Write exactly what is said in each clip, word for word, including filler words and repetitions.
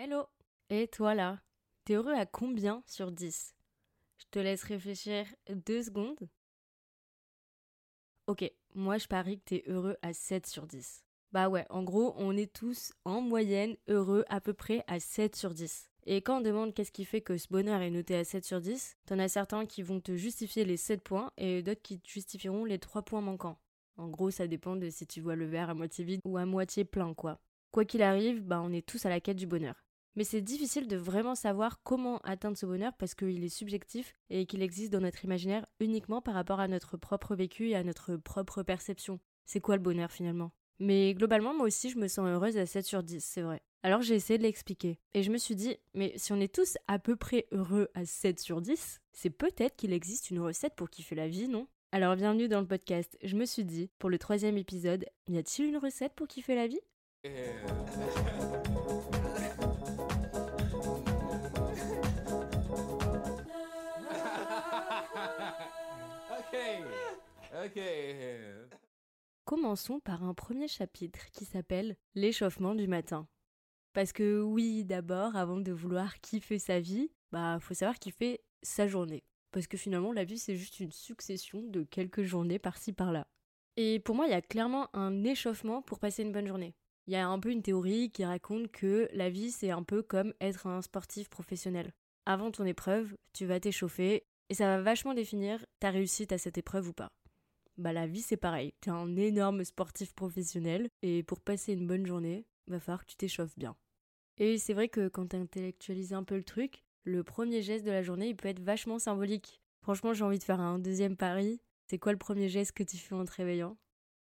Hello! Et toi là, t'es heureux à combien sur dix? Je te laisse réfléchir deux secondes. Ok, moi je parie que t'es heureux à sept sur dix. Bah ouais, en gros, on est tous en moyenne heureux à peu près à sept sur dix. Et quand on demande qu'est-ce qui fait que ce bonheur est noté à sept sur dix, t'en as certains qui vont te justifier les sept points et d'autres qui te justifieront les trois points manquants. En gros, ça dépend de si tu vois le verre à moitié vide ou à moitié plein, quoi. Quoi qu'il arrive, bah on est tous à la quête du bonheur. Mais c'est difficile de vraiment savoir comment atteindre ce bonheur parce qu'il est subjectif et qu'il existe dans notre imaginaire uniquement par rapport à notre propre vécu et à notre propre perception. C'est quoi le bonheur finalement? Mais globalement, moi aussi, je me sens heureuse à sept sur dix, c'est vrai. Alors j'ai essayé de l'expliquer. Et je me suis dit, mais si on est tous à peu près heureux à sept sur dix, c'est peut-être qu'il existe une recette pour kiffer la vie, non? Alors bienvenue dans le podcast. Je me suis dit, pour le troisième épisode, y a-t-il une recette pour kiffer la vie? Ok, ok. Commençons par un premier chapitre qui s'appelle l'échauffement du matin. Parce que oui, d'abord, avant de vouloir kiffer sa vie, bah faut savoir kiffer sa journée. Parce que finalement, la vie, c'est juste une succession de quelques journées par-ci par-là. Et pour moi, il y a clairement un échauffement pour passer une bonne journée. Il y a un peu une théorie qui raconte que la vie, c'est un peu comme être un sportif professionnel. Avant ton épreuve, tu vas t'échauffer et ça va vachement définir ta réussite à cette épreuve ou pas. Bah la vie c'est pareil, t'es un énorme sportif professionnel et pour passer une bonne journée, va falloir que tu t'échauffes bien. Et c'est vrai que quand t'intellectualises un peu le truc, le premier geste de la journée il peut être vachement symbolique. Franchement j'ai envie de faire un deuxième pari. C'est quoi le premier geste que tu fais en te réveillant?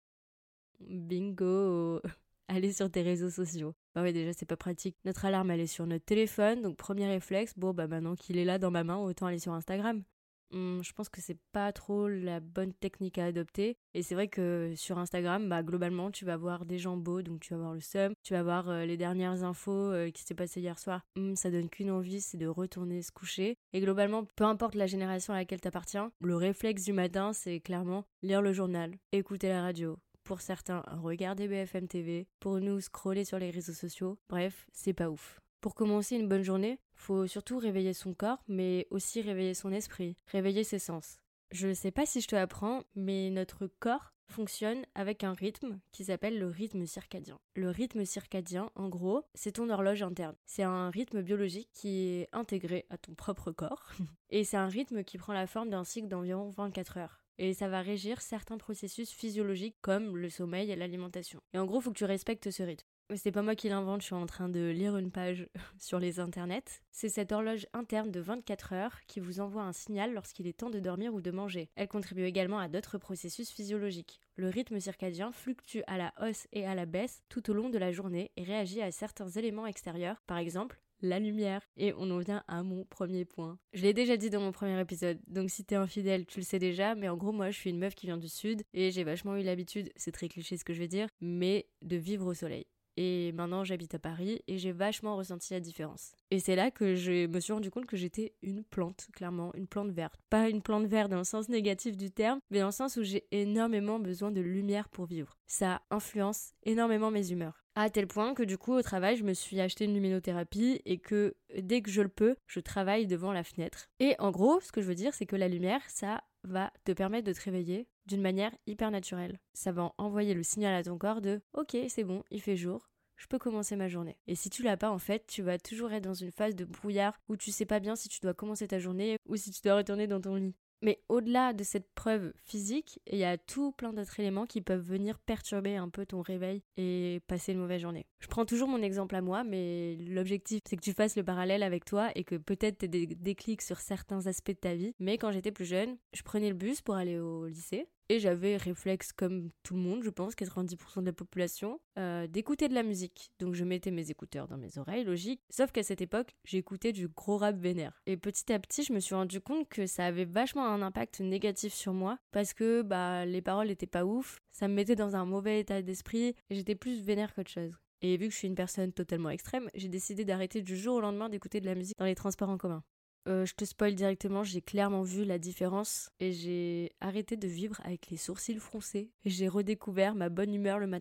Bingo! Aller sur tes réseaux sociaux. Bah ouais déjà c'est pas pratique. Notre alarme elle est sur notre téléphone, donc premier réflexe, bon bah maintenant qu'il est là dans ma main, autant aller sur Instagram. Hum, je pense que c'est pas trop la bonne technique à adopter. Et c'est vrai que sur Instagram, bah globalement, tu vas voir des gens beaux, donc tu vas voir le seum, tu vas voir euh, les dernières infos euh, qui s'est passé hier soir. Hum, ça donne qu'une envie, c'est de retourner se coucher. Et globalement, peu importe la génération à laquelle t'appartiens, le réflexe du matin, c'est clairement lire le journal, écouter la radio. Pour certains, regarder B F M T V. Pour nous, scroller sur les réseaux sociaux. Bref, c'est pas ouf. Pour commencer une bonne journée, faut surtout réveiller son corps, mais aussi réveiller son esprit, réveiller ses sens. Je sais pas si je te l'apprends, mais notre corps fonctionne avec un rythme qui s'appelle le rythme circadien. Le rythme circadien, en gros, c'est ton horloge interne. C'est un rythme biologique qui est intégré à ton propre corps. Et c'est un rythme qui prend la forme d'un cycle d'environ vingt-quatre heures. Et ça va régir certains processus physiologiques comme le sommeil et l'alimentation. Et en gros, faut que tu respectes ce rythme. C'est pas moi qui l'invente, je suis en train de lire une page sur les internets. C'est cette horloge interne de vingt-quatre heures qui vous envoie un signal lorsqu'il est temps de dormir ou de manger. Elle contribue également à d'autres processus physiologiques. Le rythme circadien fluctue à la hausse et à la baisse tout au long de la journée et réagit à certains éléments extérieurs, par exemple la lumière. Et on en vient à mon premier point. Je l'ai déjà dit dans mon premier épisode, donc si t'es infidèle, tu le sais déjà, mais en gros moi je suis une meuf qui vient du sud et j'ai vachement eu l'habitude, c'est très cliché ce que je vais dire, mais de vivre au soleil. Et maintenant j'habite à Paris et j'ai vachement ressenti la différence. Et c'est là que je me suis rendu compte que j'étais une plante, clairement, une plante verte. Pas une plante verte dans le sens négatif du terme, mais dans le sens où j'ai énormément besoin de lumière pour vivre. Ça influence énormément mes humeurs. À tel point que du coup au travail je me suis acheté une luminothérapie et que dès que je le peux, je travaille devant la fenêtre. Et en gros, ce que je veux dire c'est que la lumière, ça va te permettre de te réveiller d'une manière hyper naturelle. Ça va envoyer le signal à ton corps de « Ok, c'est bon, il fait jour, je peux commencer ma journée. » Et si tu l'as pas, en fait, tu vas toujours être dans une phase de brouillard où tu sais pas bien si tu dois commencer ta journée ou si tu dois retourner dans ton lit. Mais au-delà de cette preuve physique, il y a tout plein d'autres éléments qui peuvent venir perturber un peu ton réveil et passer une mauvaise journée. Je prends toujours mon exemple à moi, mais l'objectif c'est que tu fasses le parallèle avec toi et que peut-être t'aies des déclics sur certains aspects de ta vie. Mais quand j'étais plus jeune, je prenais le bus pour aller au lycée. Et j'avais réflexe comme tout le monde, je pense, quatre-vingt-dix pour cent de la population, euh, d'écouter de la musique. Donc je mettais mes écouteurs dans mes oreilles, logique. Sauf qu'à cette époque, j'écoutais du gros rap vénère. Et petit à petit, je me suis rendu compte que ça avait vachement un impact négatif sur moi. Parce que bah les paroles étaient pas ouf, ça me mettait dans un mauvais état d'esprit, et j'étais plus vénère qu'autre chose. Et vu que je suis une personne totalement extrême, j'ai décidé d'arrêter du jour au lendemain d'écouter de la musique dans les transports en commun. Euh, je te spoil directement, j'ai clairement vu la différence et j'ai arrêté de vivre avec les sourcils froncés et j'ai redécouvert ma bonne humeur le matin.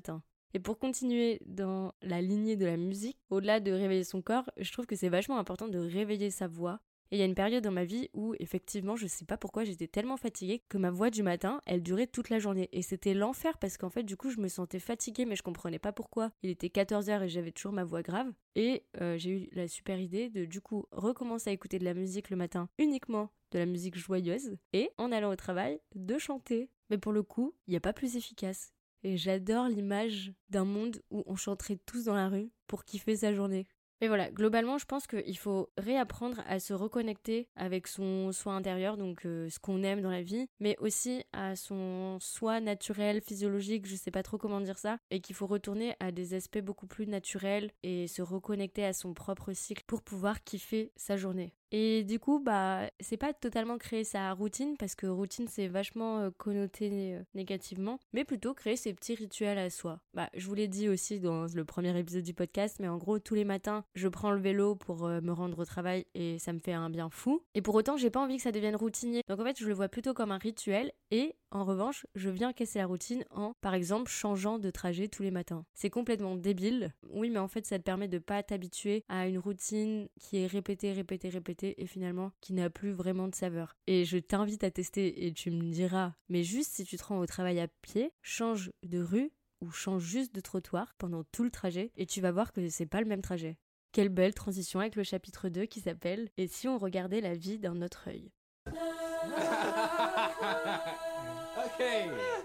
Et pour continuer dans la lignée de la musique, au-delà de réveiller son corps, je trouve que c'est vachement important de réveiller sa voix. Et il y a une période dans ma vie où, effectivement, je sais pas pourquoi, j'étais tellement fatiguée que ma voix du matin, elle durait toute la journée. Et c'était l'enfer parce qu'en fait, du coup, je me sentais fatiguée, mais je comprenais pas pourquoi. Il était quatorze heures et j'avais toujours ma voix grave. Et euh, j'ai eu la super idée de, du coup, recommencer à écouter de la musique le matin, uniquement de la musique joyeuse, et en allant au travail, de chanter. Mais pour le coup, il n'y a pas plus efficace. Et j'adore l'image d'un monde où on chanterait tous dans la rue pour kiffer sa journée. Mais voilà, globalement, je pense qu'il faut réapprendre à se reconnecter avec son soi intérieur, donc euh, ce qu'on aime dans la vie, mais aussi à son soi naturel, physiologique, je sais pas trop comment dire ça, et qu'il faut retourner à des aspects beaucoup plus naturels et se reconnecter à son propre cycle pour pouvoir kiffer sa journée. Et du coup, bah, c'est pas totalement créer sa routine, parce que routine c'est vachement euh, connoté euh, négativement, mais plutôt créer ses petits rituels à soi. Bah, je vous l'ai dit aussi dans le premier épisode du podcast, mais en gros, tous les matins, je prends le vélo pour euh, me rendre au travail et ça me fait un bien fou. Et pour autant, j'ai pas envie que ça devienne routinier. Donc en fait, je le vois plutôt comme un rituel et en revanche, je viens casser la routine en, par exemple, changeant de trajet tous les matins. C'est complètement débile. Oui, mais en fait, ça te permet de pas t'habituer à une routine qui est répétée, répétée, répétée et finalement qui n'a plus vraiment de saveur. Et je t'invite à tester et tu me diras, mais juste si tu te rends au travail à pied, change de rue ou change juste de trottoir pendant tout le trajet et tu vas voir que c'est pas le même trajet. Quelle belle transition avec le chapitre deux qui s'appelle « Et si on regardait la vie d'un autre œil ?» Okay.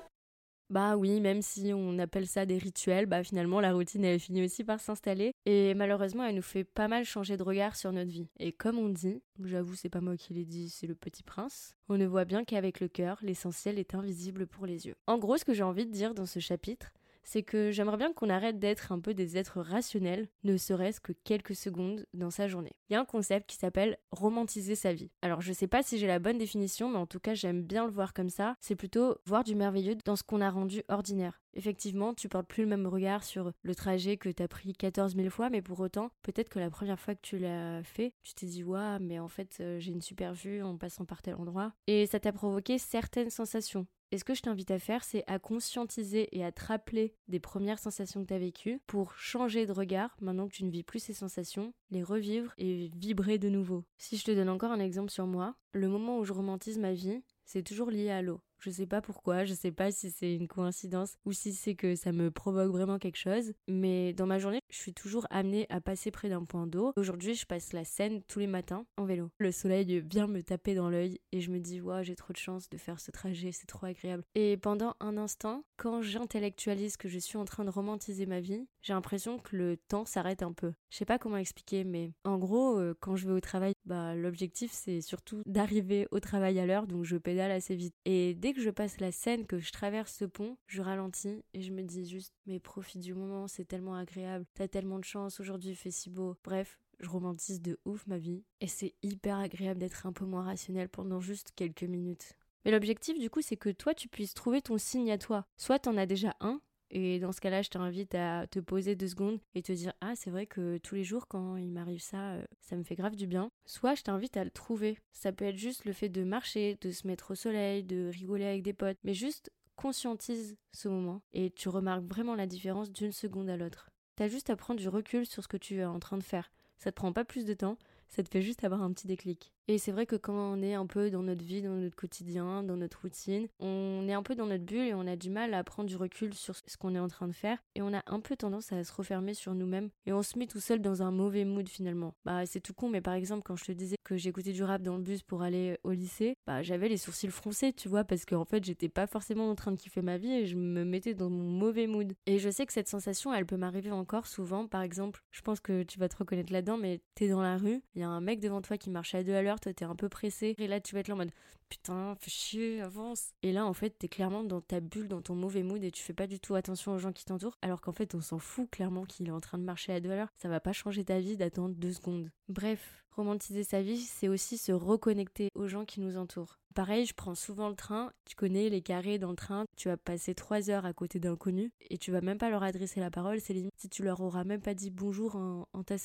Bah oui, même si on appelle ça des rituels, bah finalement la routine elle finit aussi par s'installer et malheureusement elle nous fait pas mal changer de regard sur notre vie. Et comme on dit, j'avoue c'est pas moi qui l'ai dit, c'est le Petit Prince, on ne voit bien qu'avec le cœur, l'essentiel est invisible pour les yeux. En gros, ce que j'ai envie de dire dans ce chapitre, c'est que j'aimerais bien qu'on arrête d'être un peu des êtres rationnels, ne serait-ce que quelques secondes dans sa journée. Il y a un concept qui s'appelle romantiser sa vie. Alors je sais pas si j'ai la bonne définition, mais en tout cas j'aime bien le voir comme ça. C'est plutôt voir du merveilleux dans ce qu'on a rendu ordinaire. Effectivement, tu portes plus le même regard sur le trajet que t'as pris quatorze mille fois, mais pour autant, peut-être que la première fois que tu l'as fait, tu t'es dit « Waouh, mais en fait, euh, j'ai une super vue en passant par tel endroit. » Et ça t'a provoqué certaines sensations. Et ce que je t'invite à faire, c'est à conscientiser et à te rappeler des premières sensations que tu as vécues pour changer de regard, maintenant que tu ne vis plus ces sensations, les revivre et vibrer de nouveau. Si je te donne encore un exemple sur moi, le moment où je romantise ma vie, c'est toujours lié à l'eau. Je sais pas pourquoi, je sais pas si c'est une coïncidence ou si c'est que ça me provoque vraiment quelque chose, mais dans ma journée, je suis toujours amenée à passer près d'un point d'eau. Aujourd'hui, je passe la Seine tous les matins en vélo. Le soleil vient me taper dans l'œil et je me dis « Waouh, j'ai trop de chance de faire ce trajet, c'est trop agréable. » Et pendant un instant, quand j'intellectualise que je suis en train de romantiser ma vie, j'ai l'impression que le temps s'arrête un peu. Je sais pas comment expliquer, mais en gros, euh, quand je vais au travail, bah l'objectif c'est surtout d'arriver au travail à l'heure, donc je pédale assez vite. Et dès que je passe la Seine, que je traverse ce pont, je ralentis et je me dis juste « Mais profite du moment, c'est tellement agréable, t'as tellement de chance, aujourd'hui il fait si beau. » Bref, je romantise de ouf ma vie et c'est hyper agréable d'être un peu moins rationnel pendant juste quelques minutes. Mais l'objectif du coup c'est que toi tu puisses trouver ton signe à toi. Soit t'en as déjà un, et dans ce cas-là je t'invite à te poser deux secondes et te dire « Ah c'est vrai que tous les jours quand il m'arrive ça, euh, ça me fait grave du bien. » Soit je t'invite à le trouver. Ça peut être juste le fait de marcher, de se mettre au soleil, de rigoler avec des potes, mais juste conscientise ce moment et tu remarques vraiment la différence d'une seconde à l'autre. T'as juste à prendre du recul sur ce que tu es en train de faire. Ça te prend pas plus de temps, ça te fait juste avoir un petit déclic. Et c'est vrai que quand on est un peu dans notre vie, dans notre quotidien, dans notre routine, on est un peu dans notre bulle et on a du mal à prendre du recul sur ce qu'on est en train de faire et on a un peu tendance à se refermer sur nous-mêmes et on se met tout seul dans un mauvais mood finalement. Bah c'est tout con, mais par exemple quand je te disais que j'écoutais du rap dans le bus pour aller au lycée, bah j'avais les sourcils froncés, tu vois, parce qu'en fait j'étais pas forcément en train de kiffer ma vie et je me mettais dans mon mauvais mood. Et je sais que cette sensation elle peut m'arriver encore souvent. Par exemple, je pense que tu vas te reconnaître là-dedans, mais t'es dans la rue, il y a un mec devant toi qui marche à deux à l'heure, toi t'es un peu pressé et là tu vas être là en mode putain fais chier, avance. Et là en fait t'es clairement dans ta bulle, dans ton mauvais mood et tu fais pas du tout attention aux gens qui t'entourent, alors qu'en fait on s'en fout clairement qu'il est en train de marcher à deux à l'heure. Ça va pas changer ta vie d'attendre deux secondes. Bref, romantiser sa vie c'est aussi se reconnecter aux gens qui nous entourent. Pareil, je prends souvent le train, tu connais les carrés dans le train, tu vas passer trois heures à côté d'inconnus et tu vas même pas leur adresser la parole, c'est limite si tu leur auras même pas dit bonjour en, en t'asseyant.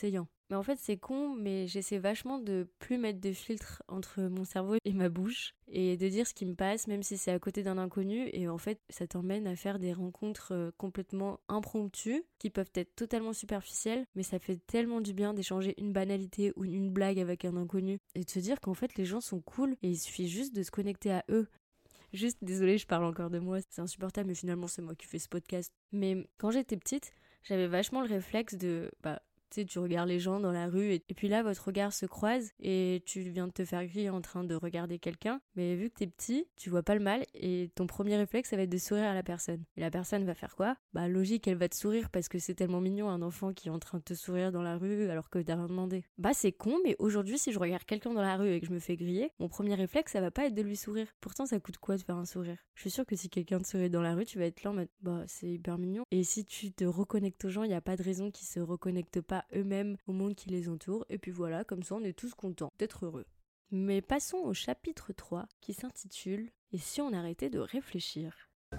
Mais en fait, c'est con, mais j'essaie vachement de plus mettre de filtre entre mon cerveau et ma bouche et de dire ce qui me passe, même si c'est à côté d'un inconnu. Et en fait, ça t'emmène à faire des rencontres euh, complètement impromptues qui peuvent être totalement superficielles, mais ça fait tellement du bien d'échanger une banalité ou une blague avec un inconnu et de se dire qu'en fait, les gens sont cool et il suffit juste de se connecter à eux. Juste, désolée, je parle encore de moi, c'est insupportable, mais finalement, c'est moi qui fais ce podcast. Mais quand j'étais petite, j'avais vachement le réflexe de... bah, tu sais, tu regardes les gens dans la rue et, et puis là, votre regard se croise et tu viens de te faire griller en train de regarder quelqu'un. Mais vu que t'es petit, tu vois pas le mal et ton premier réflexe, ça va être de sourire à la personne. Et la personne va faire quoi ? Bah logique, elle va te sourire parce que c'est tellement mignon un enfant qui est en train de te sourire dans la rue alors que t'as rien demandé. Bah c'est con, mais aujourd'hui, si je regarde quelqu'un dans la rue et que je me fais griller, mon premier réflexe, ça va pas être de lui sourire. Pourtant, ça coûte quoi de faire un sourire ? Je suis sûre que si quelqu'un te sourit dans la rue, tu vas être là en mode bah c'est hyper mignon. Et si tu te reconnectes aux gens, il y a pas de raison qu'ils se reconnectent pas eux-mêmes au monde qui les entoure, et puis voilà, comme ça on est tous contents d'être heureux. Mais passons au chapitre trois qui s'intitule « Et si on arrêtait de réfléchir ?»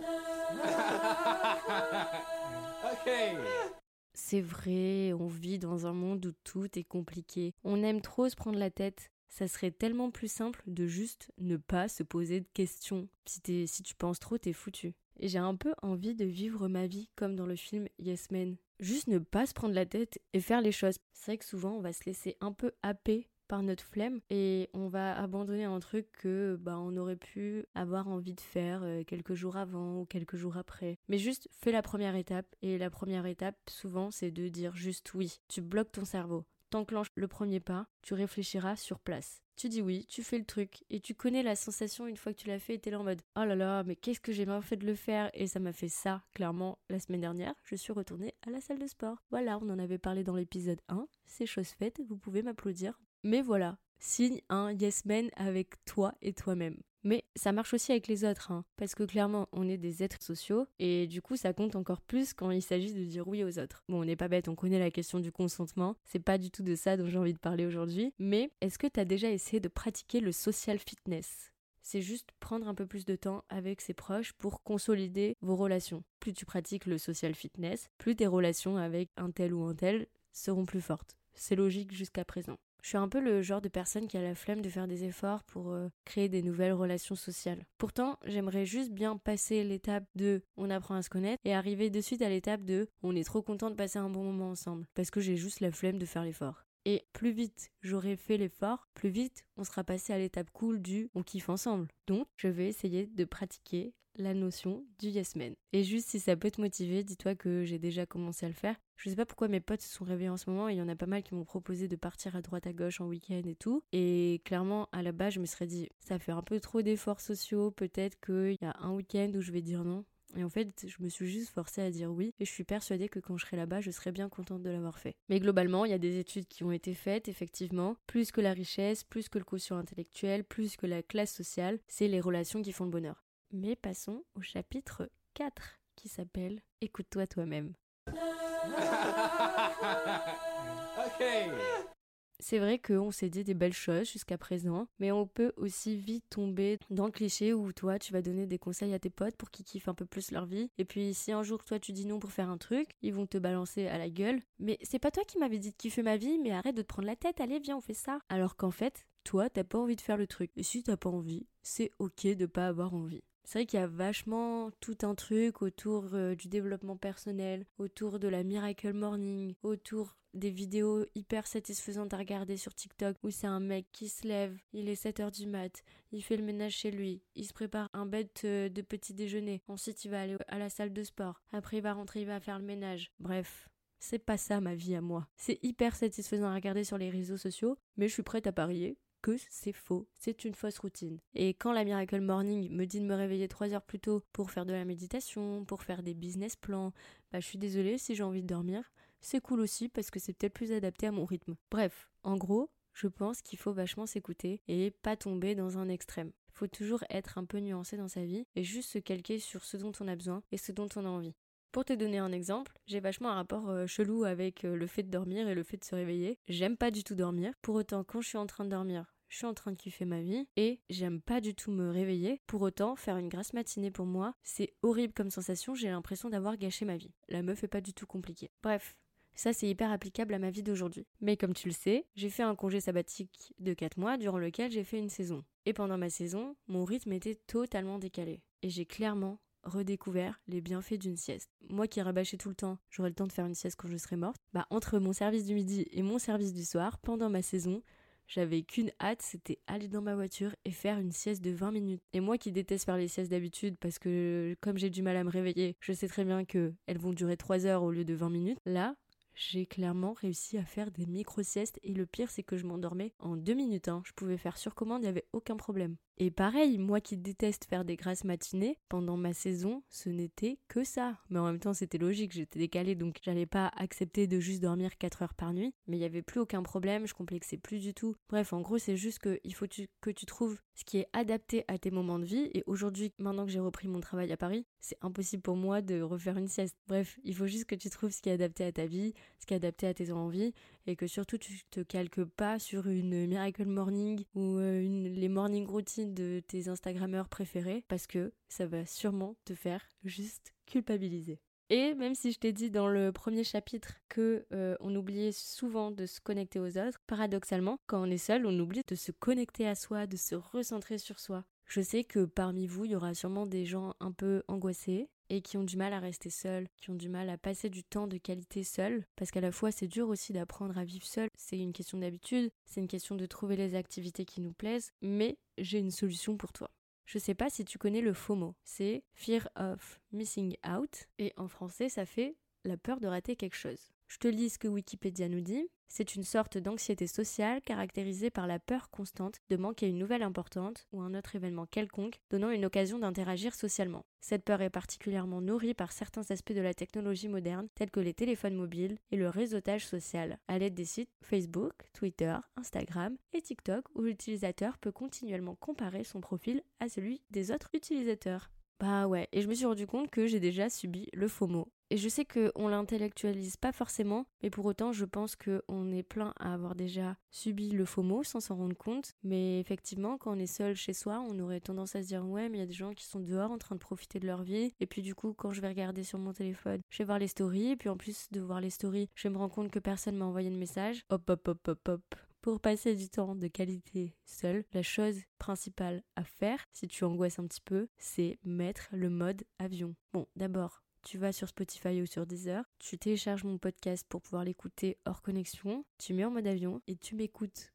Okay. C'est vrai, on vit dans un monde où tout est compliqué. On aime trop se prendre la tête. Ça serait tellement plus simple de juste ne pas se poser de questions. Si, t'es, si tu penses trop, t'es foutu. Et j'ai un peu envie de vivre ma vie comme dans le film Yes Men. Juste ne pas se prendre la tête et faire les choses. C'est vrai que souvent, on va se laisser un peu happer par notre flemme et on va abandonner un truc que bah, on aurait pu avoir envie de faire euh, quelques jours avant ou quelques jours après. Mais juste fais la première étape et la première étape, souvent, c'est de dire juste oui. Tu bloques ton cerveau. T'enclenches le premier pas, tu réfléchiras sur place. Tu dis oui, tu fais le truc et tu connais la sensation une fois que tu l'as fait et t'es là en mode oh là là, mais qu'est-ce que j'ai bien fait de le faire et ça m'a fait ça, clairement, la semaine dernière, je suis retournée à la salle de sport. Voilà, on en avait parlé dans l'épisode un, c'est chose faite, vous pouvez m'applaudir. Mais voilà, signe un yes man avec toi et toi-même. Mais ça marche aussi avec les autres, hein, parce que clairement, on est des êtres sociaux, et du coup, ça compte encore plus quand il s'agit de dire oui aux autres. Bon, on n'est pas bête, on connaît la question du consentement, c'est pas du tout de ça dont j'ai envie de parler aujourd'hui, mais est-ce que t'as déjà essayé de pratiquer le social fitness ? C'est juste prendre un peu plus de temps avec ses proches pour consolider vos relations. Plus tu pratiques le social fitness, plus tes relations avec un tel ou un tel seront plus fortes. C'est logique jusqu'à présent. Je suis un peu le genre de personne qui a la flemme de faire des efforts pour euh, créer des nouvelles relations sociales. Pourtant, j'aimerais juste bien passer l'étape de on apprend à se connaître et arriver de suite à l'étape de on est trop content de passer un bon moment ensemble parce que j'ai juste la flemme de faire l'effort. Et plus vite j'aurai fait l'effort, plus vite on sera passé à l'étape cool du on kiffe ensemble. Donc, je vais essayer de pratiquer la notion du yes man. Et juste si ça peut te motiver, dis-toi que j'ai déjà commencé à le faire. Je sais pas pourquoi mes potes se sont réveillés en ce moment et il y en a pas mal qui m'ont proposé de partir à droite à gauche en week-end et tout. Et clairement, à la base, je me serais dit, ça fait un peu trop d'efforts sociaux, peut-être qu'il y a un week-end où je vais dire non. Et en fait, je me suis juste forcée à dire oui et je suis persuadée que quand je serai là-bas, je serai bien contente de l'avoir fait. Mais globalement, il y a des études qui ont été faites, effectivement. Plus que la richesse, plus que le quotient intellectuel, plus que la classe sociale, c'est les relations qui font le bonheur. Mais passons au chapitre quatre qui s'appelle « Écoute-toi toi-même ». Okay. C'est vrai qu'on s'est dit des belles choses jusqu'à présent, mais on peut aussi vite tomber dans le cliché où toi tu vas donner des conseils à tes potes pour qu'ils kiffent un peu plus leur vie, et puis si un jour toi tu dis non pour faire un truc, ils vont te balancer à la gueule « Mais c'est pas toi qui m'avais dit de kiffer ma vie, mais arrête de te prendre la tête, allez viens on fait ça !» Alors qu'en fait, toi t'as pas envie de faire le truc, et si t'as pas envie, c'est ok de pas avoir envie. C'est vrai qu'il y a vachement tout un truc autour euh, du développement personnel, autour de la Miracle Morning, autour des vidéos hyper satisfaisantes à regarder sur TikTok où c'est un mec qui se lève, il est sept heures du mat, il fait le ménage chez lui, il se prépare un bête euh, de petit déjeuner, ensuite il va aller à la salle de sport, après il va rentrer, il va faire le ménage. Bref, c'est pas ça ma vie à moi. C'est hyper satisfaisant à regarder sur les réseaux sociaux, mais je suis prête à parier que c'est faux, c'est une fausse routine. Et quand la Miracle Morning me dit de me réveiller trois heures plus tôt pour faire de la méditation, pour faire des business plans, bah je suis désolée, si j'ai envie de dormir, c'est cool aussi parce que c'est peut-être plus adapté à mon rythme. Bref, en gros, je pense qu'il faut vachement s'écouter et pas tomber dans un extrême. Il faut toujours être un peu nuancé dans sa vie et juste se calquer sur ce dont on a besoin et ce dont on a envie. Pour te donner un exemple, j'ai vachement un rapport euh, chelou avec euh, le fait de dormir et le fait de se réveiller. J'aime pas du tout dormir. Pour autant, quand je suis en train de dormir, je suis en train de kiffer ma vie et j'aime pas du tout me réveiller. Pour autant, faire une grasse matinée pour moi, c'est horrible comme sensation. J'ai l'impression d'avoir gâché ma vie. La meuf est pas du tout compliquée. Bref, Ça, c'est hyper applicable à ma vie d'aujourd'hui. Mais comme tu le sais, j'ai fait un congé sabbatique de quatre mois durant lequel j'ai fait une saison. Et pendant ma saison, mon rythme était totalement décalé. Et j'ai clairement redécouvert les bienfaits d'une sieste. Moi qui rabâchais tout le temps, j'aurais le temps de faire une sieste quand je serai morte. Bah, entre mon service du midi et mon service du soir, pendant ma saison, j'avais qu'une hâte, c'était aller dans ma voiture et faire une sieste de vingt minutes. Et moi qui déteste faire les siestes d'habitude parce que comme j'ai du mal à me réveiller, je sais très bien qu'elles vont durer trois heures au lieu de vingt minutes. Là, j'ai clairement réussi à faire des micro-siestes et le pire c'est que je m'endormais en deux minutes. Hein. Je pouvais faire sur commande, il n'y avait aucun problème. Et pareil, moi qui déteste faire des grasses matinées, pendant ma saison, ce n'était que ça. Mais en même temps, c'était logique, j'étais décalée, donc j'allais pas accepter de juste dormir quatre heures par nuit. Mais il n'y avait plus aucun problème, je complexais plus du tout. Bref, en gros, c'est juste qu'il faut tu, que tu trouves ce qui est adapté à tes moments de vie. Et aujourd'hui, maintenant que j'ai repris mon travail à Paris, c'est impossible pour moi de refaire une sieste. Bref, il faut juste que tu trouves ce qui est adapté à ta vie, ce qui est adapté à tes envies, et que surtout tu te calques pas sur une Miracle Morning ou euh, une, les morning routines de tes Instagrammeurs préférés, parce que ça va sûrement te faire juste culpabiliser. Et même si je t'ai dit dans le premier chapitre que euh, on oubliait souvent de se connecter aux autres, paradoxalement, quand on est seul, on oublie de se connecter à soi, de se recentrer sur soi. Je sais que parmi vous, il y aura sûrement des gens un peu angoissés et qui ont du mal à rester seuls, qui ont du mal à passer du temps de qualité seuls, parce qu'à la fois c'est dur aussi d'apprendre à vivre seul, c'est une question d'habitude, c'est une question de trouver les activités qui nous plaisent, mais j'ai une solution pour toi. Je sais pas si tu connais le FOMO, c'est Fear of Missing Out, et en français ça fait la peur de rater quelque chose. Je te lis ce que Wikipédia nous dit. C'est une sorte d'anxiété sociale caractérisée par la peur constante de manquer une nouvelle importante ou un autre événement quelconque, donnant une occasion d'interagir socialement. Cette peur est particulièrement nourrie par certains aspects de la technologie moderne, tels que les téléphones mobiles et le réseautage social, à l'aide des sites Facebook, Twitter, Instagram et TikTok, où l'utilisateur peut continuellement comparer son profil à celui des autres utilisateurs. Bah ouais, et je me suis rendu compte que j'ai déjà subi le FOMO. Et je sais qu'on l'intellectualise pas forcément, mais pour autant je pense qu'on est plein à avoir déjà subi le FOMO sans s'en rendre compte. Mais effectivement, quand on est seul chez soi, on aurait tendance à se dire ouais, mais il y a des gens qui sont dehors en train de profiter de leur vie. Et puis du coup, quand je vais regarder sur mon téléphone, je vais voir les stories. Et puis en plus de voir les stories, je vais me rendre compte que personne m'a envoyé de message. Hop, hop, hop, hop, hop. Pour passer du temps de qualité seul, la chose principale à faire, si tu angoisses un petit peu, c'est mettre le mode avion. Bon, d'abord, tu vas sur Spotify ou sur Deezer, tu télécharges mon podcast pour pouvoir l'écouter hors connexion, tu mets en mode avion et tu m'écoutes.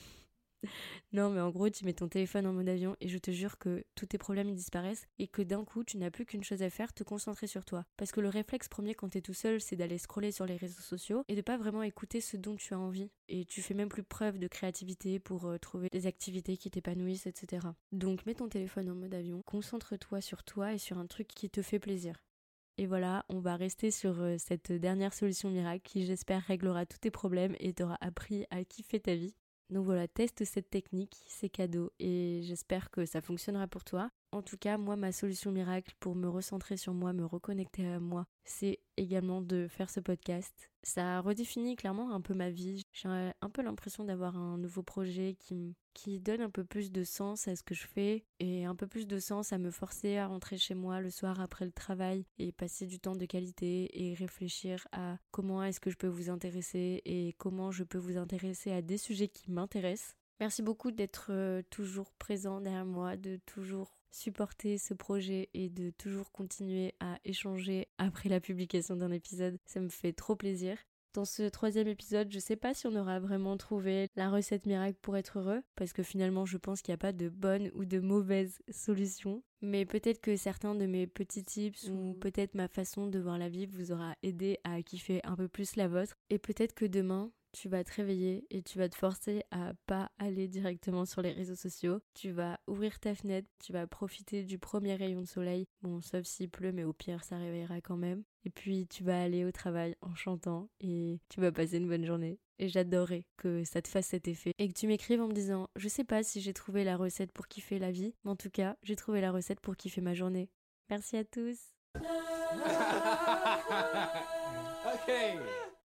Non mais en gros tu mets ton téléphone en mode avion et je te jure que tous tes problèmes ils disparaissent et que d'un coup tu n'as plus qu'une chose à faire, te concentrer sur toi. Parce que le réflexe premier quand t'es tout seul c'est d'aller scroller sur les réseaux sociaux et de pas vraiment écouter ce dont tu as envie. Et tu fais même plus preuve de créativité pour euh, trouver des activités qui t'épanouissent, et cetera. Donc mets ton téléphone en mode avion, concentre-toi sur toi et sur un truc qui te fait plaisir. Et voilà, on va rester sur euh, cette dernière solution miracle qui j'espère réglera tous tes problèmes et t'aura appris à kiffer ta vie. Donc voilà, teste cette technique, c'est cadeau et j'espère que ça fonctionnera pour toi. En tout cas, moi, ma solution miracle pour me recentrer sur moi, me reconnecter à moi, c'est également de faire ce podcast. Ça redéfinit clairement un peu ma vie. J'ai un peu l'impression d'avoir un nouveau projet qui, m- qui donne un peu plus de sens à ce que je fais et un peu plus de sens à me forcer à rentrer chez moi le soir après le travail et passer du temps de qualité et réfléchir à comment est-ce que je peux vous intéresser et comment je peux vous intéresser à des sujets qui m'intéressent. Merci beaucoup d'être euh, toujours présent derrière moi, de toujours supporter ce projet et de toujours continuer à échanger après la publication d'un épisode. Ça me fait trop plaisir. Dans ce troisième épisode, je sais pas si on aura vraiment trouvé la recette miracle pour être heureux, parce que finalement je pense qu'il n'y a pas de bonne ou de mauvaise solution. Mais peut-être que certains de mes petits tips ou peut-être ma façon de voir la vie vous aura aidé à kiffer un peu plus la vôtre. Et peut-être que demain, tu vas te réveiller et tu vas te forcer à pas aller directement sur les réseaux sociaux. Tu vas ouvrir ta fenêtre, tu vas profiter du premier rayon de soleil. Bon, sauf s'il pleut, mais au pire, ça réveillera quand même. Et puis, tu vas aller au travail en chantant et tu vas passer une bonne journée. Et j'adorerais que ça te fasse cet effet. Et que tu m'écrives en me disant, je sais pas si j'ai trouvé la recette pour kiffer la vie, mais en tout cas, j'ai trouvé la recette pour kiffer ma journée. Merci à tous. Okay.